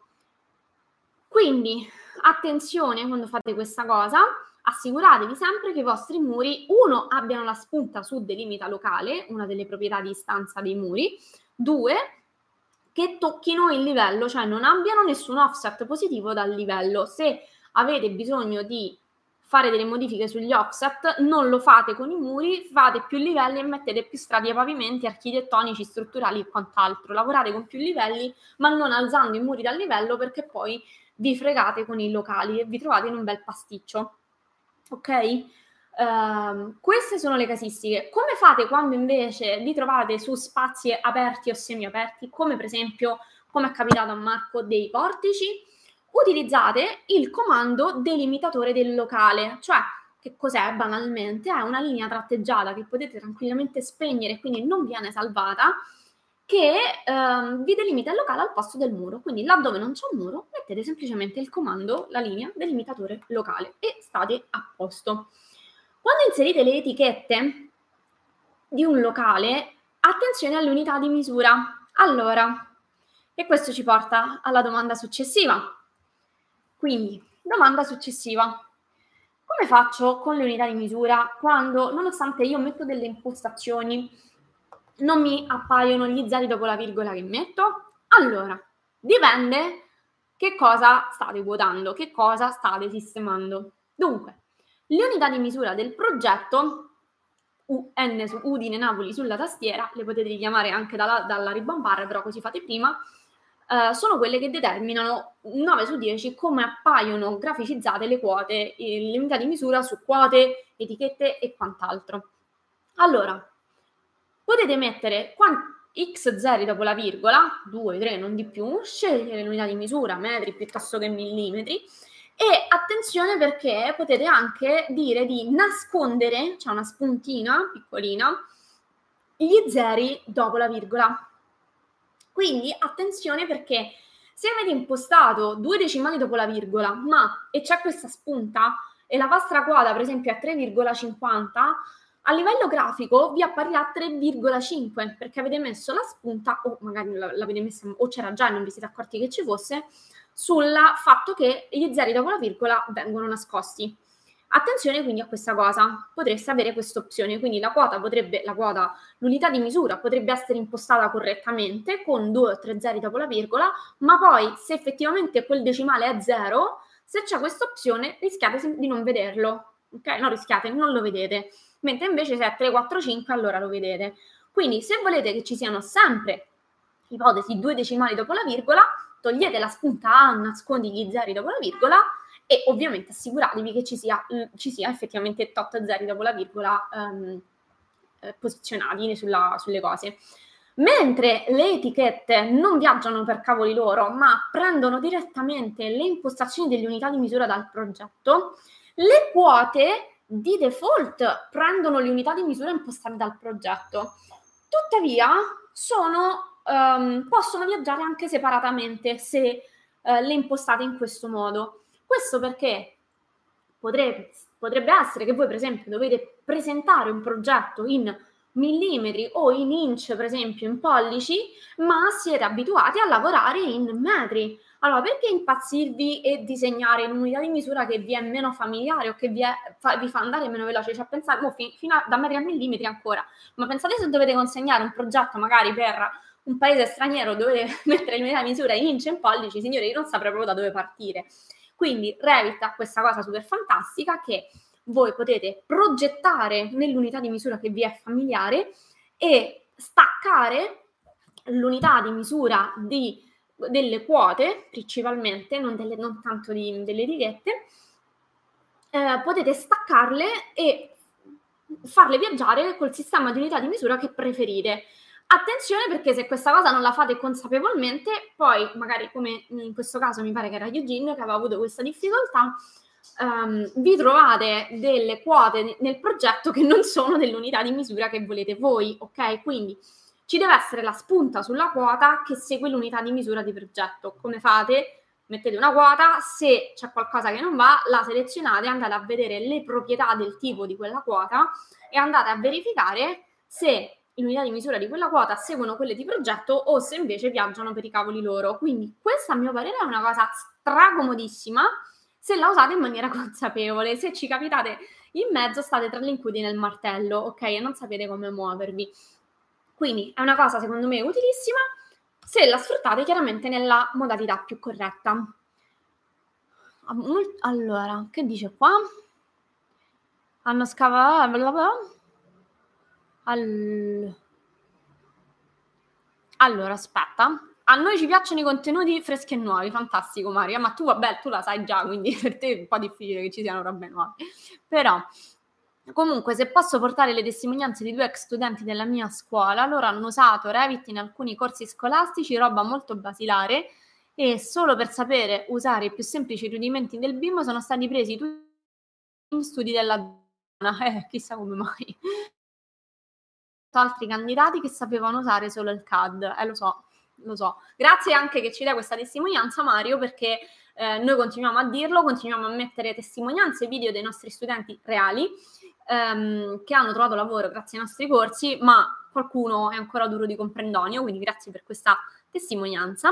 A: Quindi attenzione quando fate questa cosa, assicuratevi sempre che i vostri muri, uno, abbiano la spunta su delimita locale, una delle proprietà di stanza dei muri, due, che tocchino il livello, cioè non abbiano nessun offset positivo dal livello. Se avete bisogno di fare delle modifiche sugli offset, non lo fate con i muri, fate più livelli e mettete più strati ai pavimenti architettonici, strutturali e quant'altro. Lavorate con più livelli, ma non alzando i muri dal livello, perché poi vi fregate con i locali e vi trovate in un bel pasticcio. Ok? Uh, queste sono le casistiche. Come fate quando invece vi trovate su spazi aperti o semiaperti, come per esempio, come è capitato a Marco, dei portici? Utilizzate il comando delimitatore del locale, cioè che cos'è banalmente? È una linea tratteggiata che potete tranquillamente spegnere, quindi non viene salvata, che ehm, vi delimita il locale al posto del muro. Quindi laddove non c'è un muro mettete semplicemente il comando, la linea delimitatore locale e state a posto. Quando inserite le etichette di un locale, attenzione alle unità di misura. Allora, e questo ci porta alla domanda successiva. Quindi, domanda successiva. Come faccio con le unità di misura quando, nonostante io metto delle impostazioni, non mi appaiono gli zeri dopo la virgola che metto? Allora, dipende che cosa state vuotando, che cosa state sistemando. Dunque, le unità di misura del progetto, U N su Udine, Napoli sulla tastiera, le potete richiamare anche dalla, dalla ribbon bar, però così fate prima, eh, sono quelle che determinano nove su dieci come appaiono graficizzate le quote, eh, le unità di misura su quote, etichette e quant'altro. Allora, potete mettere x zeri dopo la virgola, due, tre, non di più, scegliere l'unità di misura, metri piuttosto che millimetri, e attenzione perché potete anche dire di nascondere, c'è cioè una spuntina piccolina, gli zeri dopo la virgola. Quindi attenzione perché se avete impostato due decimali dopo la virgola, ma e c'è questa spunta e la vostra quota per esempio è tre virgola cinquanta, a livello grafico vi apparirà tre virgola cinque perché avete messo la spunta, o magari l'avete messa, o c'era già e non vi siete accorti che ci fosse, sul fatto che gli zeri dopo la virgola vengono nascosti. Attenzione quindi a questa cosa, potreste avere questa opzione, quindi la quota potrebbe, la quota, l'unità di misura potrebbe essere impostata correttamente con due o tre zeri dopo la virgola, ma poi se effettivamente quel decimale è zero, se c'è questa opzione rischiate di non vederlo, ok? Non rischiate, non lo vedete, mentre invece se è tre, quattro, cinque allora lo vedete. Quindi se volete che ci siano sempre, ipotesi, due decimali dopo la virgola, togliete la spunta A, nascondi gli zeri dopo la virgola e ovviamente assicuratevi che ci sia, ci sia effettivamente tot zeri dopo la virgola um, eh, posizionati sulla, sulle cose. Mentre le etichette non viaggiano per cavoli loro, ma prendono direttamente le impostazioni delle unità di misura dal progetto, le quote di default prendono le unità di misura impostate dal progetto. Tuttavia sono, um, possono viaggiare anche separatamente se uh, le impostate in questo modo. Questo perché potrebbe, potrebbe essere che voi per esempio dovete presentare un progetto in millimetri o in inch, per esempio in pollici, ma siete abituati a lavorare in metri. Allora, perché impazzirvi e disegnare in un'unità di misura che vi è meno familiare o che vi, è, fa, vi fa andare meno veloce? Cioè, pensate, oh, fi, fino a, da metri a millimetri ancora, ma pensate se dovete consegnare un progetto magari per un paese straniero, dovete mettere l'unità di misura in inch e in pollici, signore, io non saprei proprio da dove partire. Quindi Revit ha questa cosa super fantastica che voi potete progettare nell'unità di misura che vi è familiare e staccare l'unità di misura di, delle quote, principalmente, non, delle, non tanto di, delle etichette, eh, potete staccarle e farle viaggiare col sistema di unità di misura che preferite. Attenzione perché se questa cosa non la fate consapevolmente, poi magari come in questo caso mi pare che era Eugene che aveva avuto questa difficoltà, um, vi trovate delle quote nel progetto che non sono dell'unità di misura che volete voi, ok? Quindi ci deve essere la spunta sulla quota che segue l'unità di misura di progetto. Come fate? Mettete una quota, se c'è qualcosa che non va, la selezionate, andate a vedere le proprietà del tipo di quella quota e andate a verificare se l'unità di misura di quella quota seguono quelle di progetto o se invece viaggiano per i cavoli loro. Quindi questa a mio parere è una cosa stracomodissima se la usate in maniera consapevole. Se ci capitate in mezzo state tra l'incudine e il martello, ok? E non sapete come muovervi. Quindi è una cosa secondo me utilissima se la sfruttate chiaramente nella modalità più corretta. Allora, che dice qua? Hanno scavato... All... Allora, aspetta. A noi ci piacciono i contenuti freschi e nuovi, fantastico Maria, ma tu vabbè, tu la sai già, quindi per te è un po' difficile che ci siano robe nuove. Però, comunque, se posso portare le testimonianze di due ex studenti della mia scuola, loro hanno usato Revit in alcuni corsi scolastici, roba molto basilare, e solo per sapere usare i più semplici rudimenti del B I M sono stati presi tutti gli studi della zona. Eh, chissà come mai. tutt'altri candidati che sapevano usare solo il C A D. Eh, lo so, lo so. Grazie anche che ci dai questa testimonianza, Mario, perché eh, noi continuiamo a dirlo, continuiamo a mettere testimonianze, video dei nostri studenti reali ehm, che hanno trovato lavoro grazie ai nostri corsi, ma qualcuno è ancora duro di comprendonio, quindi grazie per questa testimonianza.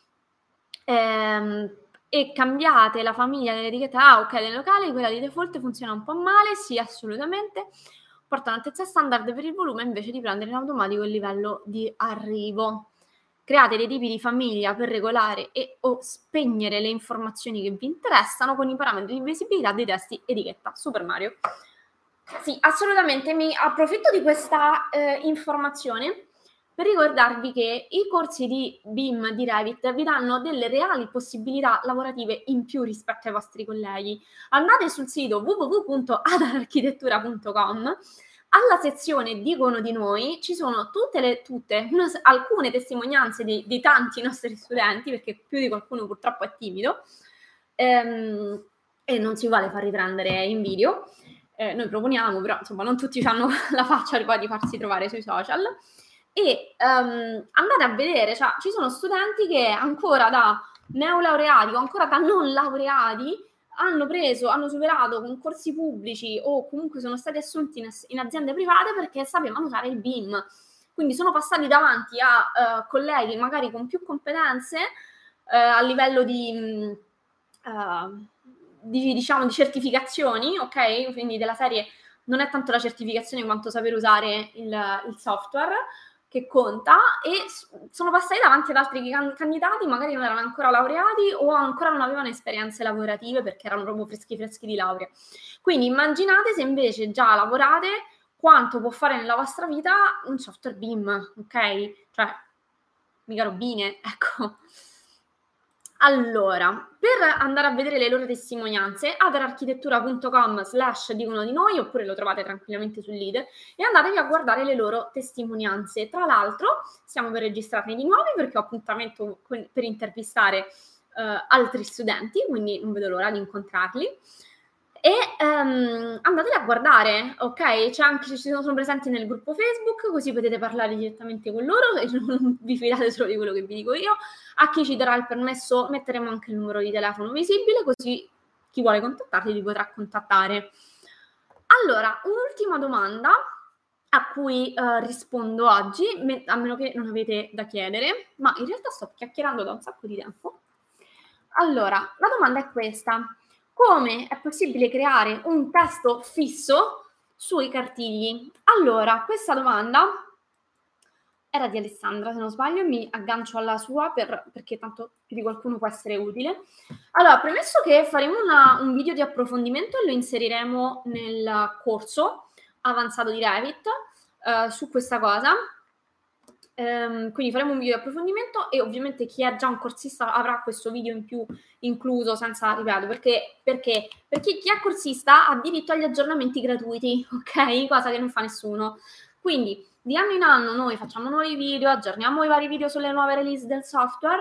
A: Ehm, e cambiate la famiglia dell'etichetta, ah ok, nel locale quella di default funziona un po' male, sì assolutamente, porta un'altezza standard per il volume invece di prendere in automatico il livello di arrivo. Create dei tipi di famiglia per regolare e o spegnere le informazioni che vi interessano con i parametri di visibilità dei testi etichetta. Super Mario. Sì, assolutamente, mi approfitto di questa eh, informazione per ricordarvi che i corsi di B I M di Revit vi danno delle reali possibilità lavorative in più rispetto ai vostri colleghi. Andate sul sito w w w punto adararchitettura punto com, alla sezione Dicono di noi ci sono tutte le, tutte, una, alcune testimonianze di, di tanti nostri studenti, perché più di qualcuno purtroppo è timido ehm, e non si vuole far riprendere in video. Eh, noi proponiamo, però insomma non tutti hanno la faccia poi di farsi trovare sui social. E um, andate a vedere, cioè ci sono studenti che ancora da neolaureati o ancora da non laureati hanno preso, hanno superato concorsi pubblici o comunque sono stati assunti in, in aziende private perché sapevano usare il B I M. Quindi sono passati davanti a uh, colleghi magari con più competenze uh, a livello di, uh, di, diciamo, di certificazioni, ok? Quindi della serie non è tanto la certificazione quanto saper usare il, il software che conta, e sono passati davanti ad altri candidati, magari non erano ancora laureati o ancora non avevano esperienze lavorative perché erano proprio freschi freschi di laurea. Quindi immaginate se invece già lavorate quanto può fare nella vostra vita un software B I M, ok? Cioè, mica robine, ecco. Allora, per andare a vedere le loro testimonianze, adararchitettura punto com slash dicono di noi, oppure lo trovate tranquillamente sul leader, e andatevi a guardare le loro testimonianze. Tra l'altro, stiamo per registrarne di nuovi perché ho appuntamento per intervistare uh, altri studenti, quindi non vedo l'ora di incontrarli. E um, andateli a guardare, ok? C'è anche, ci sono, sono presenti nel gruppo Facebook, così potete parlare direttamente con loro e non vi fidate solo di quello che vi dico io. A chi ci darà il permesso metteremo anche il numero di telefono visibile, così chi vuole contattarli li potrà contattare. Allora, un'ultima domanda a cui uh, rispondo oggi, a meno che non avete da chiedere, ma in realtà sto chiacchierando da un sacco di tempo. Allora, la domanda è questa: come è possibile creare un testo fisso sui cartigli? Allora, questa domanda era di Alessandra, se non sbaglio, e mi aggancio alla sua per, perché tanto più di qualcuno può essere utile. Allora, premesso che faremo una, un video di approfondimento e lo inseriremo nel corso avanzato di Revit uh, su questa cosa. Um, quindi faremo un video di approfondimento e ovviamente chi è già un corsista avrà questo video in più incluso, senza, ripeto, perché, perché, perché chi è corsista ha diritto agli aggiornamenti gratuiti, ok? Cosa che non fa nessuno. Quindi di anno in anno noi facciamo nuovi video, aggiorniamo i vari video sulle nuove release del software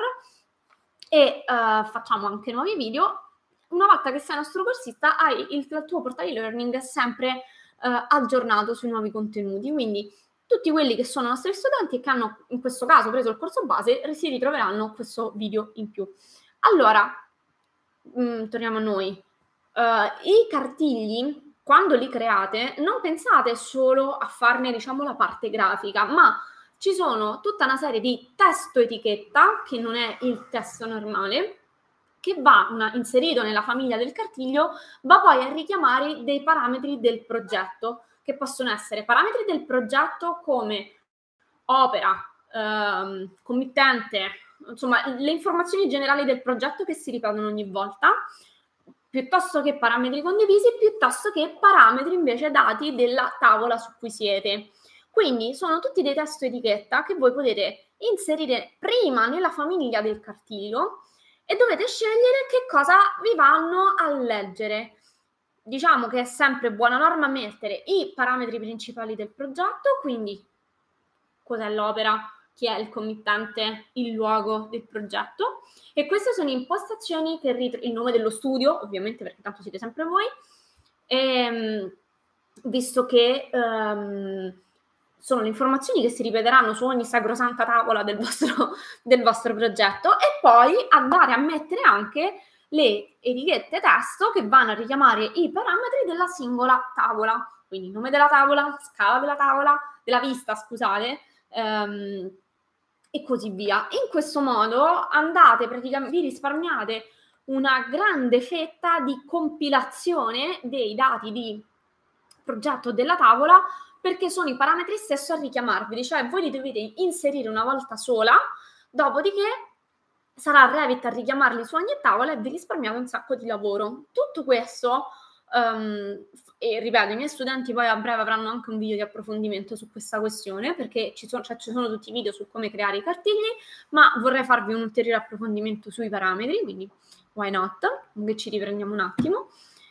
A: e uh, facciamo anche nuovi video. Una volta che sei nostro corsista hai il, il tuo portale learning sempre uh, aggiornato sui nuovi contenuti, quindi tutti quelli che sono nostri studenti e che hanno in questo caso preso il corso base si ritroveranno questo video in più. Allora, mh, torniamo a noi. Uh, I cartigli, quando li create, non pensate solo a farne, diciamo, la parte grafica, ma ci sono tutta una serie di testo etichetta, che non è il testo normale, che va una, inserito nella famiglia del cartiglio, va poi a richiamare dei parametri del progetto, che possono essere parametri del progetto come opera, ehm, committente, insomma le informazioni generali del progetto che si ripetono ogni volta, piuttosto che parametri condivisi, piuttosto che parametri invece dati della tavola su cui siete. Quindi sono tutti dei testo etichetta che voi potete inserire prima nella famiglia del cartiglio e dovete scegliere che cosa vi vanno a leggere. Diciamo che è sempre buona norma mettere i parametri principali del progetto, quindi cos'è l'opera, chi è il committente, il luogo del progetto, e queste sono impostazioni che rit- il nome dello studio, ovviamente, perché tanto siete sempre voi, e, visto che um, sono le informazioni che si ripeteranno su ogni sacrosanta tavola del vostro, del vostro progetto, e poi andare a mettere anche le etichette testo che vanno a richiamare i parametri della singola tavola, quindi nome della tavola, scala della tavola, della vista, scusate, ehm, e così via. In questo modo andate praticamente, vi risparmiate una grande fetta di compilazione dei dati di progetto della tavola, perché sono i parametri stessi a richiamarvi, cioè voi li dovete inserire una volta sola, dopodiché sarà Revit a richiamarli su ogni tavola e vi risparmiate un sacco di lavoro. Tutto questo, um, e ripeto, i miei studenti poi a breve avranno anche un video di approfondimento su questa questione, perché ci sono, cioè, ci sono tutti i video su come creare i cartigli, ma vorrei farvi un ulteriore approfondimento sui parametri, quindi why not? Che ci riprendiamo un attimo.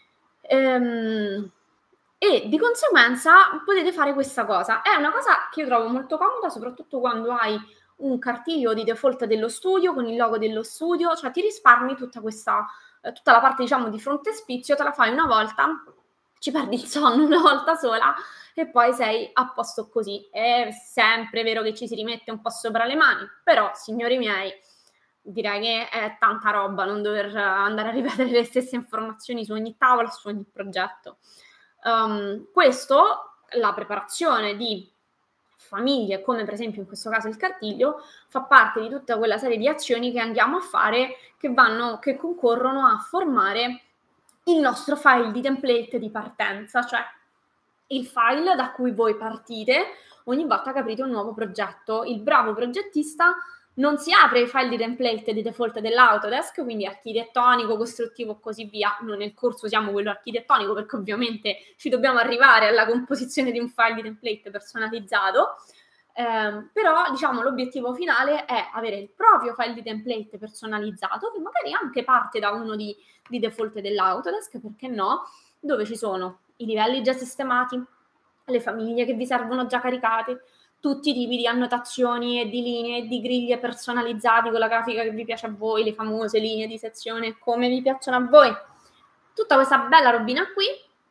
A: Ehm... E di conseguenza potete fare questa cosa. È una cosa che io trovo molto comoda, soprattutto quando hai un cartiglio di default dello studio, con il logo dello studio, cioè ti risparmi tutta questa, eh, tutta la parte, diciamo, di frontespizio, te la fai una volta, ci perdi il sonno una volta sola e poi sei a posto così. È sempre vero che ci si rimette un po' sopra le mani, però, signori miei, direi che è tanta roba non dover andare a ripetere le stesse informazioni su ogni tavola, su ogni progetto. Um, questo, la preparazione di famiglie, come per esempio in questo caso il cartiglio, fa parte di tutta quella serie di azioni che andiamo a fare, che vanno, che concorrono a formare il nostro file di template di partenza, cioè il file da cui voi partite ogni volta che aprite un nuovo progetto. Il bravo progettista non si apre i file di template di default dell'Autodesk, quindi architettonico, costruttivo e così via. Noi nel corso usiamo quello architettonico perché ovviamente ci dobbiamo arrivare alla composizione di un file di template personalizzato, eh, però diciamo l'obiettivo finale è avere il proprio file di template personalizzato, che magari anche parte da uno di, di default dell'Autodesk, perché no, dove ci sono i livelli già sistemati, le famiglie che vi servono già caricate, tutti i tipi di annotazioni e di linee e di griglie personalizzati con la grafica che vi piace a voi, le famose linee di sezione come vi piacciono a voi. Tutta questa bella robina qui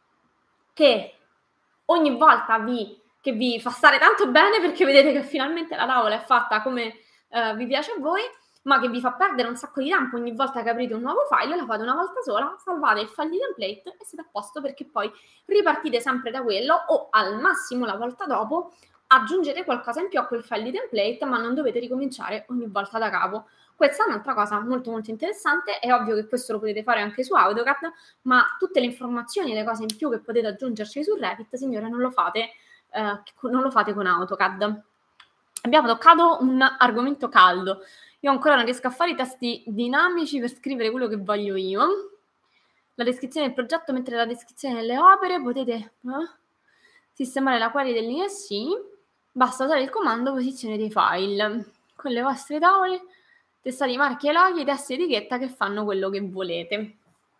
A: che ogni volta vi, che vi fa stare tanto bene, perché vedete che finalmente la tavola è fatta come eh, vi piace a voi, ma che vi fa perdere un sacco di tempo ogni volta che aprite un nuovo file. La fate una volta sola, salvate il file di template e siete a posto, perché poi ripartite sempre da quello, o al massimo la volta dopo aggiungete qualcosa in più a quel file di template, ma non dovete ricominciare ogni volta da capo. Questa è un'altra cosa molto molto interessante. È ovvio che questo lo potete fare anche su AutoCAD, ma tutte le informazioni e le cose in più che potete aggiungerci su Revit, signore, non lo fate, eh, non lo fate con AutoCAD. Abbiamo toccato un argomento caldo. Io ancora non riesco a fare i tasti dinamici per scrivere quello che voglio io. La descrizione del progetto, mentre la descrizione delle opere potete eh, sistemare la query del linee sì. Basta usare il comando posizione dei file. Con le vostre tavole, testate, marchi e loghi, testi etichetta che fanno quello che volete.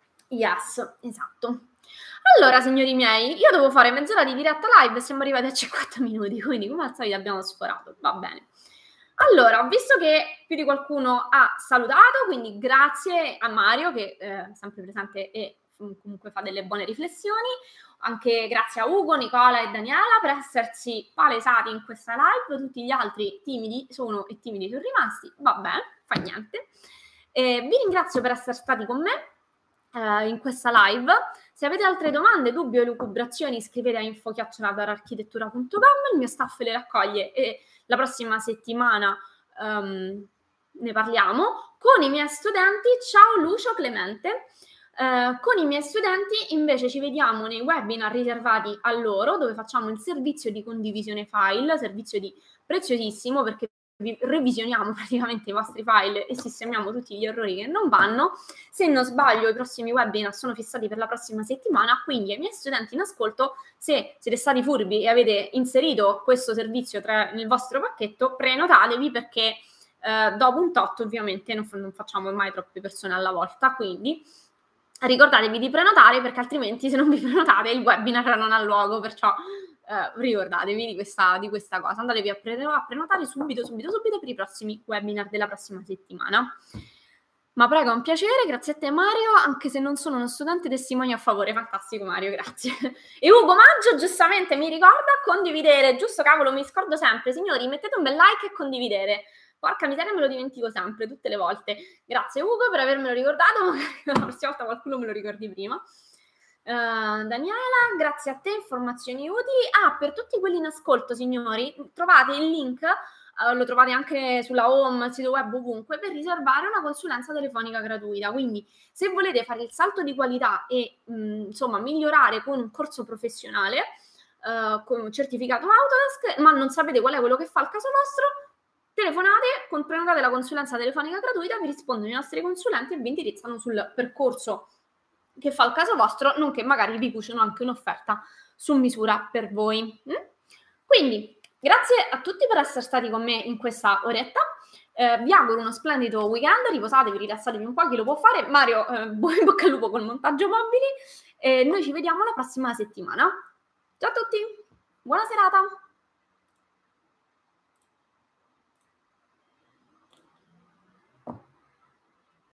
A: Yes, esatto. Allora, signori miei, io devo fare mezz'ora di diretta live e siamo arrivati a cinquanta minuti, quindi come al solito abbiamo sforato. Va bene. Allora, ho visto che più di qualcuno ha salutato, quindi grazie a Mario che è sempre presente e comunque fa delle buone riflessioni. Anche grazie a Ugo, Nicola e Daniela per essersi palesati in questa live. Tutti gli altri timidi sono e timidi sono rimasti. Va bene, fa niente. Eh, vi ringrazio per essere stati con me eh, in questa live. Se avete altre domande, dubbi o elucubrazioni, scrivete a info chiocciola architettura punto com. Il mio staff le raccoglie e la prossima settimana um, ne parliamo con i miei studenti. Ciao Lucio Clemente. Uh, con i miei studenti invece ci vediamo nei webinar riservati a loro, dove facciamo il servizio di condivisione file, servizio di preziosissimo, perché vi revisioniamo praticamente i vostri file e sistemiamo tutti gli errori che non vanno. Se non sbaglio, i prossimi webinar sono fissati per la prossima settimana, quindi ai miei studenti in ascolto, se siete stati furbi e avete inserito questo servizio tra, nel vostro pacchetto, prenotatevi, perché uh, dopo un tot ovviamente non, non facciamo mai troppe persone alla volta, quindi ricordatevi di prenotare, perché altrimenti se non vi prenotate il webinar non ha luogo, perciò eh, ricordatevi di questa, di questa cosa. Andatevi a, pre- a prenotare subito, subito, subito per i prossimi webinar della prossima settimana. Ma prego, è un piacere, grazie a te Mario, anche se non sono uno studente testimonio a favore. Fantastico Mario, grazie. E Ugo Maggio giustamente mi ricorda condividere, giusto cavolo, mi scordo sempre. Signori, mettete un bel like e condividere. Porca miseria, me lo dimentico sempre, tutte le volte. Grazie Ugo per avermelo ricordato, magari la prossima volta qualcuno me lo ricordi prima. Uh, Daniela, grazie a te, informazioni utili. Ah, per tutti quelli in ascolto, signori, trovate il link, uh, lo trovate anche sulla home, sito web, ovunque, per riservare una consulenza telefonica gratuita. Quindi, se volete fare il salto di qualità e mh, insomma migliorare con un corso professionale, uh, con un certificato Autodesk, ma non sapete qual è quello che fa il caso vostro, telefonate, prenotate la consulenza telefonica gratuita, vi rispondono i nostri consulenti e vi indirizzano sul percorso che fa il caso vostro, nonché magari vi cuciono anche un'offerta su misura per voi. Mm? Quindi, grazie a tutti per essere stati con me in questa oretta. Eh, vi auguro uno splendido weekend, riposatevi, rilassatevi un po', chi lo può fare. Mario, eh, buon in bocca al lupo col montaggio mobili. E noi ci vediamo la prossima settimana. Ciao a tutti, buona serata!